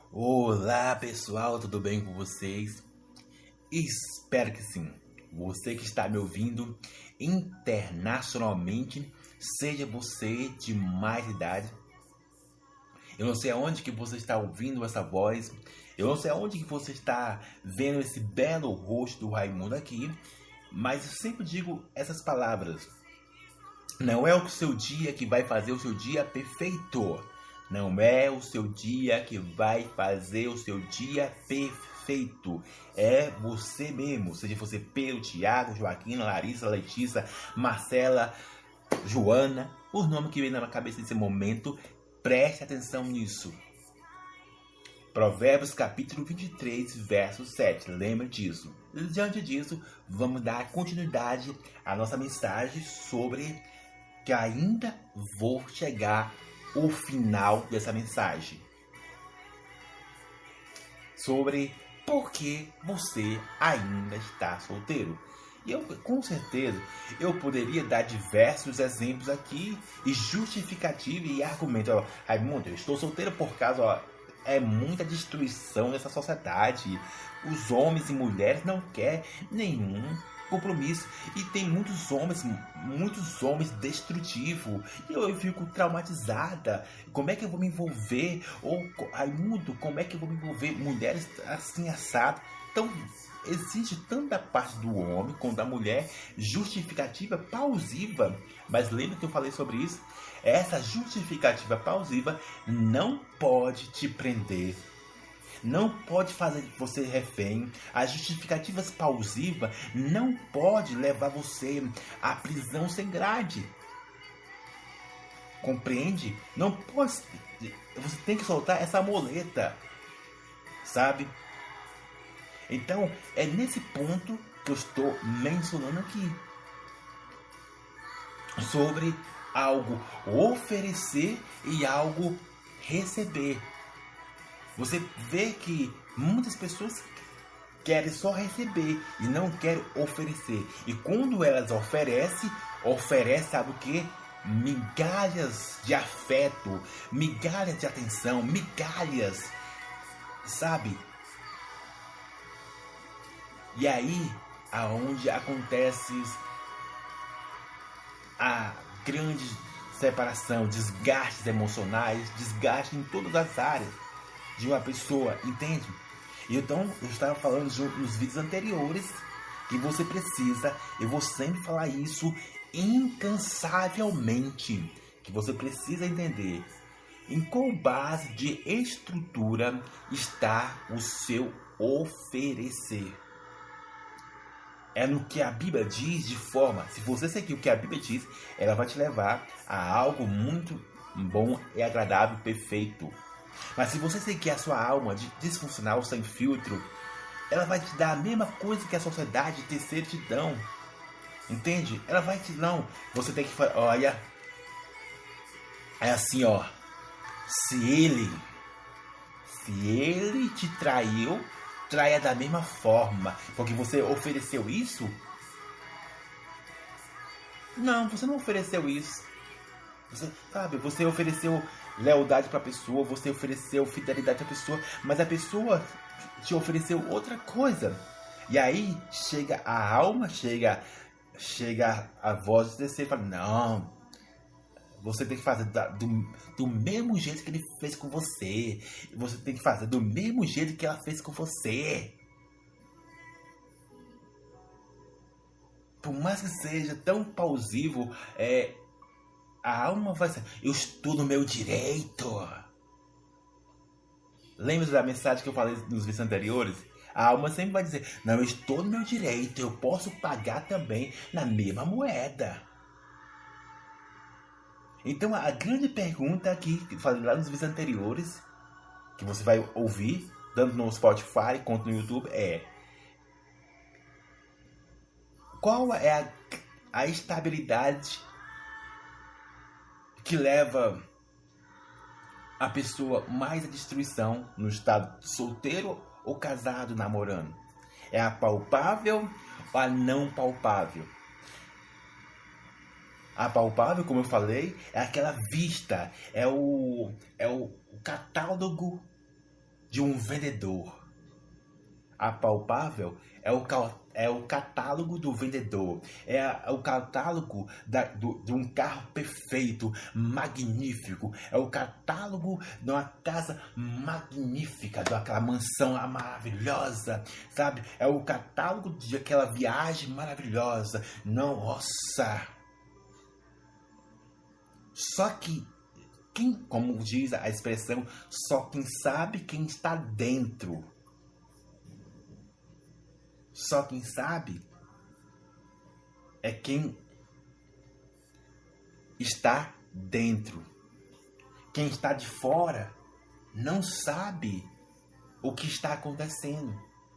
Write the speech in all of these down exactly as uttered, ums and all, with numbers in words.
Olá pessoal, tudo bem com vocês? Espero que sim. Você que está me ouvindo internacionalmente, seja você de mais idade. Eu não sei aonde que você está ouvindo essa voz. Eu não sei aonde que você está vendo esse belo rosto do Raimundo aqui. Mas eu sempre digo essas palavras. Não é o seu dia que vai fazer o seu dia perfeito. Não é o seu dia que vai fazer o seu dia perfeito. É você mesmo. Seja você Pedro, Tiago, Joaquina, Larissa, Letícia, Marcela, Joana. Os nomes que vem na minha cabeça nesse momento. Preste atenção nisso. Provérbios capítulo vinte e três, verso sete. Lembra disso. Diante disso, vamos dar continuidade à nossa mensagem sobre que ainda vou chegar ao final dessa mensagem. Sobre por que você ainda está solteiro. E eu, com certeza, eu poderia dar diversos exemplos aqui e justificativa e argumento. Ó, Raimundo, eu estou solteiro por causa, ó, é muita destruição nessa sociedade. Os homens e mulheres não querem nenhum compromisso. E tem muitos homens, muitos homens destrutivos. E eu, eu fico traumatizada. Como é que eu vou me envolver? Ou, Raimundo, como é que eu vou me envolver? Mulheres assim, assado. Então, existe tanto da parte do homem como da mulher justificativa plausível. Mas lembra que eu falei sobre isso? Essa justificativa plausível não pode te prender. Não pode fazer você refém. As justificativas plausíveis não pode levar você à prisão sem grade. Compreende? Não pode. Você tem que soltar essa muleta, sabe? Então, é nesse ponto que eu estou mencionando aqui. Sobre algo oferecer e algo receber. Você vê que muitas pessoas querem só receber e não querem oferecer. E quando elas oferecem, oferecem, sabe o que? Migalhas de afeto, migalhas de atenção, migalhas, sabe? E aí, aonde acontece a grande separação, desgastes emocionais, desgaste em todas as áreas de uma pessoa, entende? Então, eu estava falando nos vídeos anteriores que você precisa, eu vou sempre falar isso incansavelmente, que você precisa entender em qual base de estrutura está o seu oferecer. É no que a Bíblia diz de forma, se você seguir o que a Bíblia diz, ela vai te levar a algo muito bom e agradável, perfeito. Mas se você seguir a sua alma disfuncional, sem filtro, ela vai te dar a mesma coisa que a sociedade terceira te dão. Entende? Ela vai te... Não, você tem que... Olha, é assim, ó. Se ele... Se ele te traiu, traia da mesma forma. Porque você ofereceu isso? Não, você não ofereceu isso. Você, sabe, você ofereceu lealdade para a pessoa, você ofereceu fidelidade para a pessoa, mas a pessoa te ofereceu outra coisa. E aí chega a alma, chega, chega a voz de descer e fala, não, você tem que fazer do, do mesmo jeito que ele fez com você. Você tem que fazer do mesmo jeito que ela fez com você. Por mais que seja tão plausível, é... A alma vai ser, eu estou no meu direito. Lembra da mensagem que eu falei nos vídeos anteriores? A alma sempre vai dizer, não, eu estou no meu direito, eu posso pagar também na mesma moeda. Então a grande pergunta aqui, que eu falei lá nos vídeos anteriores, que você vai ouvir, tanto no Spotify quanto no YouTube, é: qual é a, a estabilidade que leva a pessoa mais à destruição no estado solteiro ou casado, namorando? É a palpável ou a não palpável? A palpável, como eu falei, é aquela vista, é o, é o catálogo de um vendedor. A palpável é o, é o catálogo do vendedor, é, a, é o catálogo da, do, de um carro perfeito, magnífico, é o catálogo de uma casa magnífica, daquela mansão maravilhosa, sabe? É o catálogo de aquela viagem maravilhosa. Nossa! Só que quem, como diz a expressão, só quem sabe quem está dentro. Só quem sabe é quem está dentro. Quem está de fora não sabe o que está acontecendo.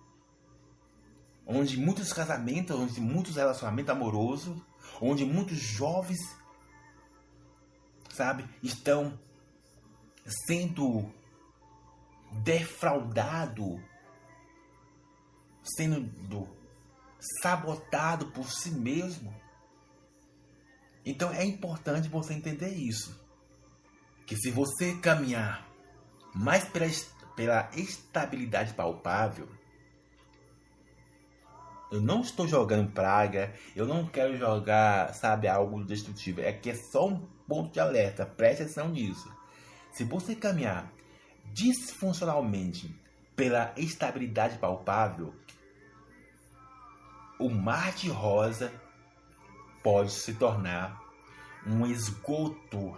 Onde muitos casamentos, onde muitos relacionamentos amorosos, onde muitos jovens, sabe, estão sendo defraudados, sendo sabotado por si mesmo. Então é importante você entender isso. Que se você caminhar mais pela, pela estabilidade palpável, eu não estou jogando praga, eu não quero jogar, sabe, algo destrutivo. É que é só um ponto de alerta, preste atenção nisso. Se você caminhar disfuncionalmente pela estabilidade palpável, o mar de rosa pode se tornar um esgoto.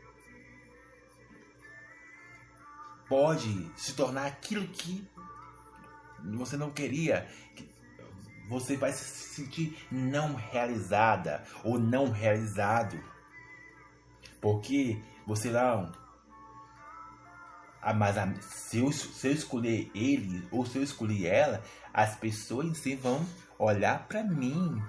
Pode se tornar aquilo que você não queria. Você vai se sentir não realizada ou não realizado. Porque você não... Ah, mas se eu, se eu escolher ele ou se eu escolher ela, as pessoas em si vão olhar para mim.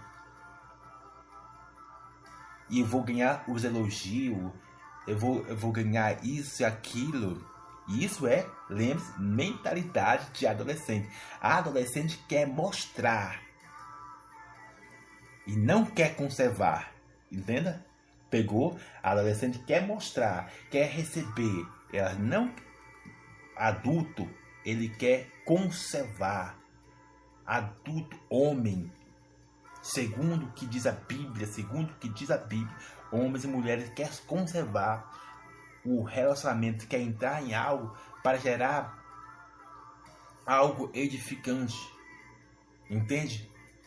E eu vou ganhar os elogios. Eu vou, eu vou ganhar isso e aquilo. E isso é, lembre-se, mentalidade de adolescente. A adolescente quer mostrar. E não quer conservar. Entenda? Pegou? A adolescente quer mostrar. Quer receber. Ela não... Adulto, ele quer conservar. Adulto, homem, segundo o que diz a Bíblia, segundo o que diz a Bíblia, homens e mulheres querem conservar o relacionamento, quer entrar em algo para gerar algo edificante. Entende?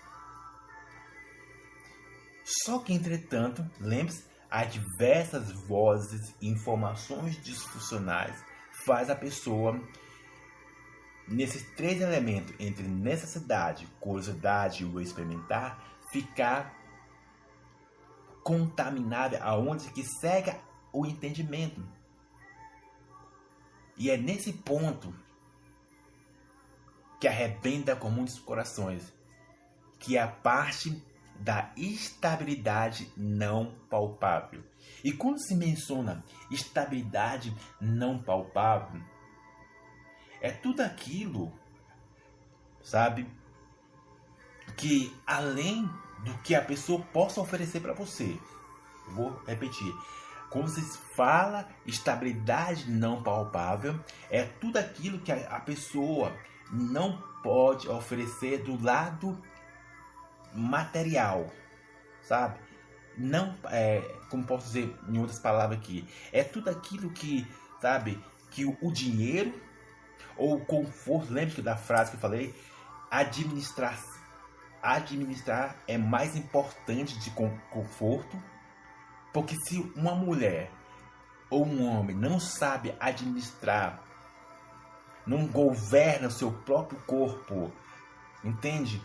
Só que, entretanto, lembre-se, há diversas vozes e informações disfuncionais faz a pessoa, nesses três elementos, entre necessidade, curiosidade e o experimentar, ficar contaminada aonde que cega o entendimento. E é nesse ponto que arrebenta com muitos corações, que é a parte da estabilidade não palpável. E quando se menciona estabilidade não palpável, é tudo aquilo, sabe, que além do que a pessoa possa oferecer para você. Vou repetir. Quando se fala estabilidade não palpável, é tudo aquilo que a pessoa não pode oferecer do lado material, sabe? Não, é, como posso dizer em outras palavras aqui, é tudo aquilo que, sabe, que o, o dinheiro ou o conforto, lembra da frase que eu falei? Administrar, administrar é mais importante de conforto, porque se uma mulher ou um homem não sabe administrar, não governa o seu próprio corpo, entende?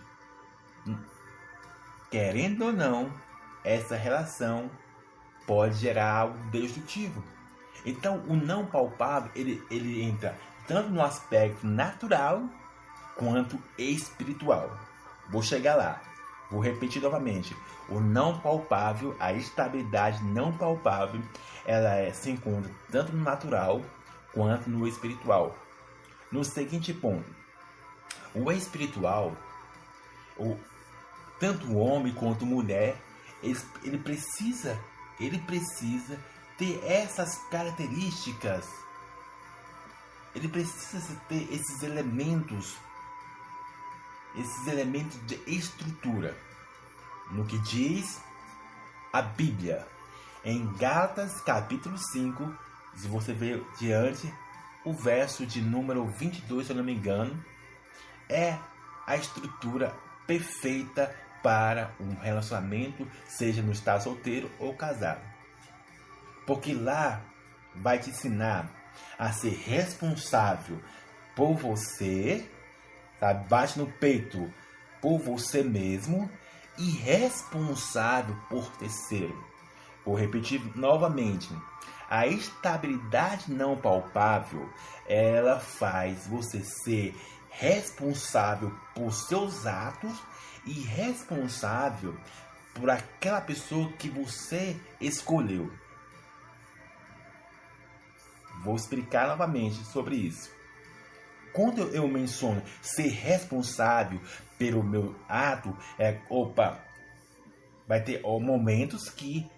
Querendo ou não, essa relação pode gerar algo destrutivo. Então, o não palpável, ele, ele entra tanto no aspecto natural quanto espiritual. Vou chegar lá. Vou repetir novamente. O não palpável, a estabilidade não palpável, ela é, se encontra tanto no natural quanto no espiritual. No seguinte ponto, o espiritual, o tanto o homem quanto a mulher, ele, ele precisa, ele precisa ter essas características ele precisa ter esses elementos, esses elementos de estrutura, no que diz a Bíblia. Em Gálatas capítulo cinco, se você ver diante, o verso de número vinte e dois, se eu não me engano, é a estrutura perfeita para um relacionamento, seja no estado solteiro ou casado. Porque lá vai te ensinar a ser responsável por você, sabe? Bate no peito por você mesmo e responsável por terceiro. Vou repetir novamente. A estabilidade não palpável, ela faz você ser responsável por seus atos e responsável por aquela pessoa que você escolheu. Vou explicar novamente sobre isso. Quando eu menciono ser responsável pelo meu ato, é, opa, vai ter ó, momentos que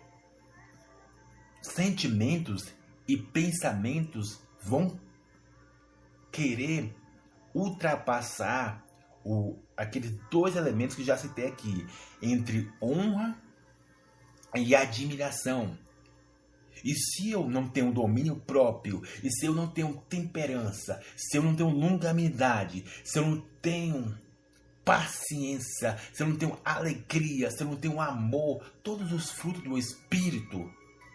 sentimentos e pensamentos vão querer ultrapassar o, aqueles dois elementos que já citei aqui, entre honra e admiração. E se eu não tenho domínio próprio, e se eu não tenho temperança, se eu não tenho longanimidade, se eu não tenho paciência, se eu não tenho alegria, se eu não tenho amor, todos os frutos do Espírito,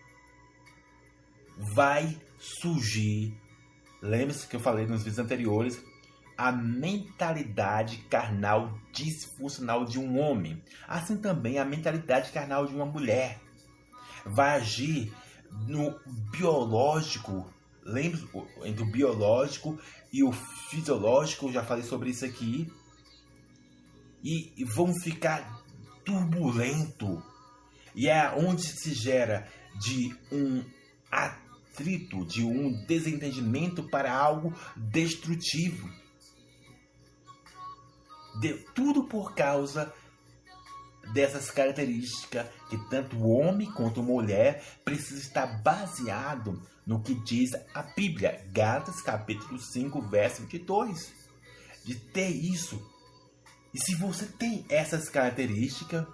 vai surgir, lembre-se que eu falei nos vídeos anteriores, a mentalidade carnal disfuncional de um homem. Assim também a mentalidade carnal de uma mulher. Vai agir no biológico, lembre-se, entre o biológico e o fisiológico, eu já falei sobre isso aqui, e, e vão ficar turbulento. E é onde se gera de um atrito, de um desentendimento para algo destrutivo. De, tudo por causa dessas características que tanto o homem quanto a mulher precisa estar baseado no que diz a Bíblia. Gálatas capítulo cinco, verso vinte e dois. De ter isso. E se você tem essas características,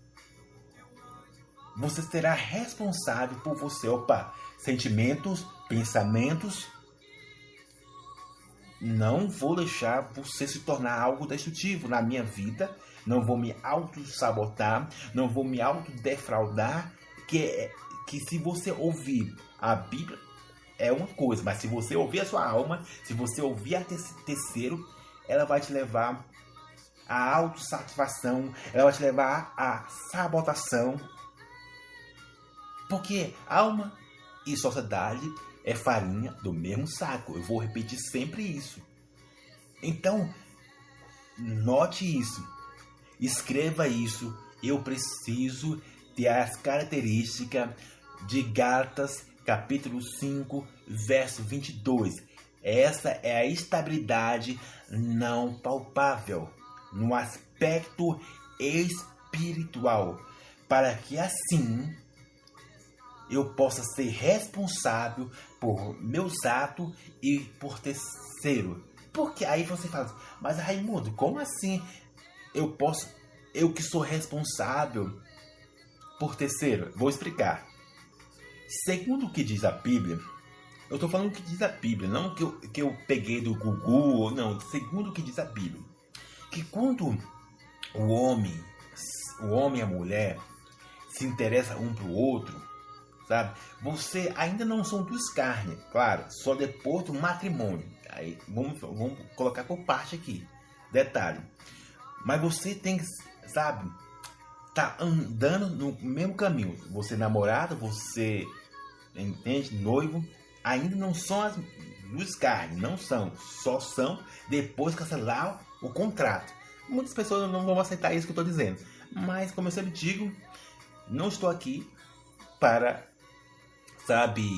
você será responsável por você. Opa, sentimentos, pensamentos. Não vou deixar você se tornar algo destrutivo na minha vida. Não vou me auto-sabotar. Não vou me auto-defraudar. Que, que se você ouvir a Bíblia é uma coisa. Mas se você ouvir a sua alma, se você ouvir a terceiro, ela vai te levar à autossatisfação. Ela vai te levar à sabotação. Porque alma e sociedade é farinha do mesmo saco. Eu vou repetir sempre isso. Então, note isso. Escreva isso. Eu preciso ter as características de Gálatas, capítulo cinco, verso vinte e dois. Essa é a estabilidade não palpável no aspecto espiritual. Para que assim eu possa ser responsável por meus atos e por terceiro. Porque aí você fala, mas Raimundo, como assim eu posso, eu que sou responsável por terceiro? Vou explicar. Segundo o que diz a Bíblia, eu estou falando o que diz a Bíblia, não o que eu, que eu peguei do Google, não, segundo o que diz a Bíblia. Que quando o homem, o homem e a mulher se interessam um para o outro, sabe? Você ainda não são duas carnes, claro, só depois do matrimônio. Aí vamos, vamos colocar por parte aqui. Detalhe. Mas você tem que, sabe, tá andando no mesmo caminho. Você namorado, você entende, noivo, ainda não são as duas carnes, não são, só são depois que cancelar o contrato. Muitas pessoas não vão aceitar isso que eu estou dizendo, mas como eu sempre digo, não estou aqui para, sabe,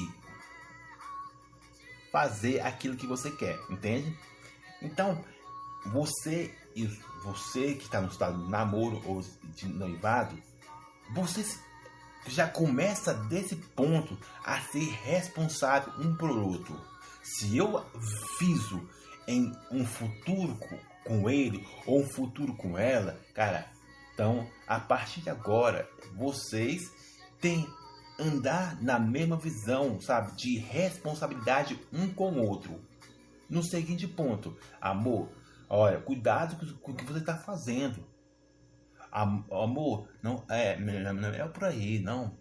fazer aquilo que você quer, entende? Então, você e você que está no estado de namoro ou de noivado, você já começa desse ponto a ser responsável um por outro. Se eu viso em um futuro com, com ele ou um futuro com ela, cara, então a partir de agora vocês têm andar na mesma visão, sabe, de responsabilidade um com o outro. No seguinte ponto, amor, olha, cuidado com o que você está fazendo. Am, amor, não é, não é por aí, não.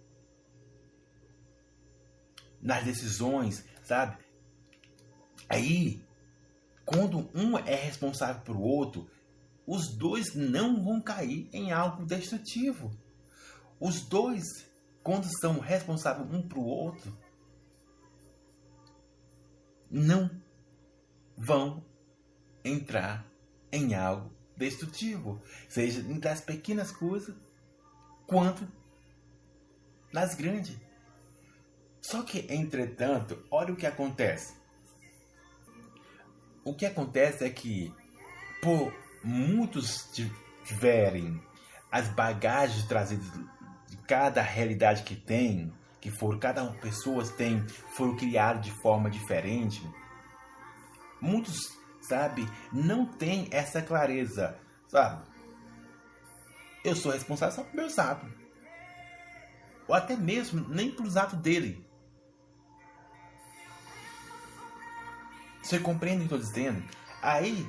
Nas decisões, sabe? Aí, quando um é responsável pelo outro, os dois não vão cair em algo destrutivo. Os dois, quando são responsáveis um para o outro, não vão entrar em algo destrutivo, seja das pequenas coisas quanto nas grandes. Só que, entretanto, olha o que acontece. O que acontece é que, por muitos tiverem as bagagens trazidas de cada realidade que tem, que foram, cada pessoa tem, foram criadas de forma diferente, muitos, sabe, não tem essa clareza, sabe? Eu sou responsável só por meus atos, ou até mesmo nem pelos atos dele. Você compreende o que eu estou dizendo? Aí,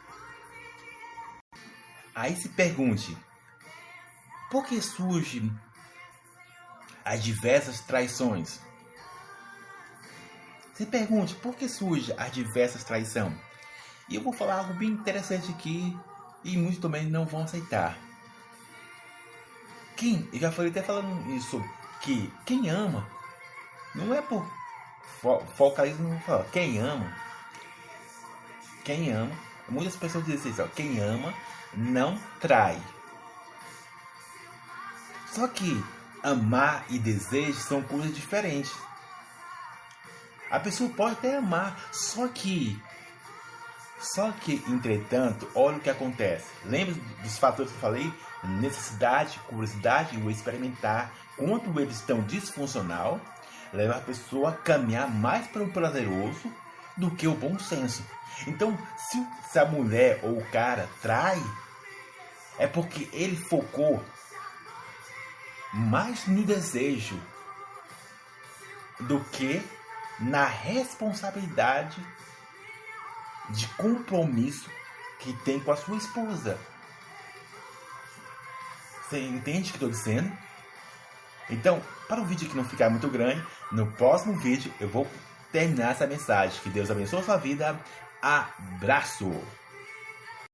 aí se pergunte, por que surgem as diversas traições? Se pergunte, por que surgem as diversas traições? E eu vou falar algo bem interessante aqui, e muitos também não vão aceitar. Quem, eu já falei até falando isso, que quem ama, não é por fo focalismo, não vou falar, quem ama, Quem ama, muitas pessoas dizem isso, ó, quem ama não trai. Só que amar e desejo são coisas diferentes. A pessoa pode até amar, só que, só que, entretanto, olha o que acontece. Lembra dos fatores que eu falei? Necessidade, curiosidade e o experimentar. Quando eles estão disfuncional, leva a pessoa a caminhar mais para o prazeroso do que o bom senso. Então, se, se a mulher ou o cara trai, é porque ele focou mais no desejo do que na responsabilidade de compromisso que tem com a sua esposa. Você entende o que eu estou dizendo? Então, para o vídeo que não ficar muito grande, no próximo vídeo eu vou terminar essa mensagem. Que Deus abençoe a sua vida. Abraço!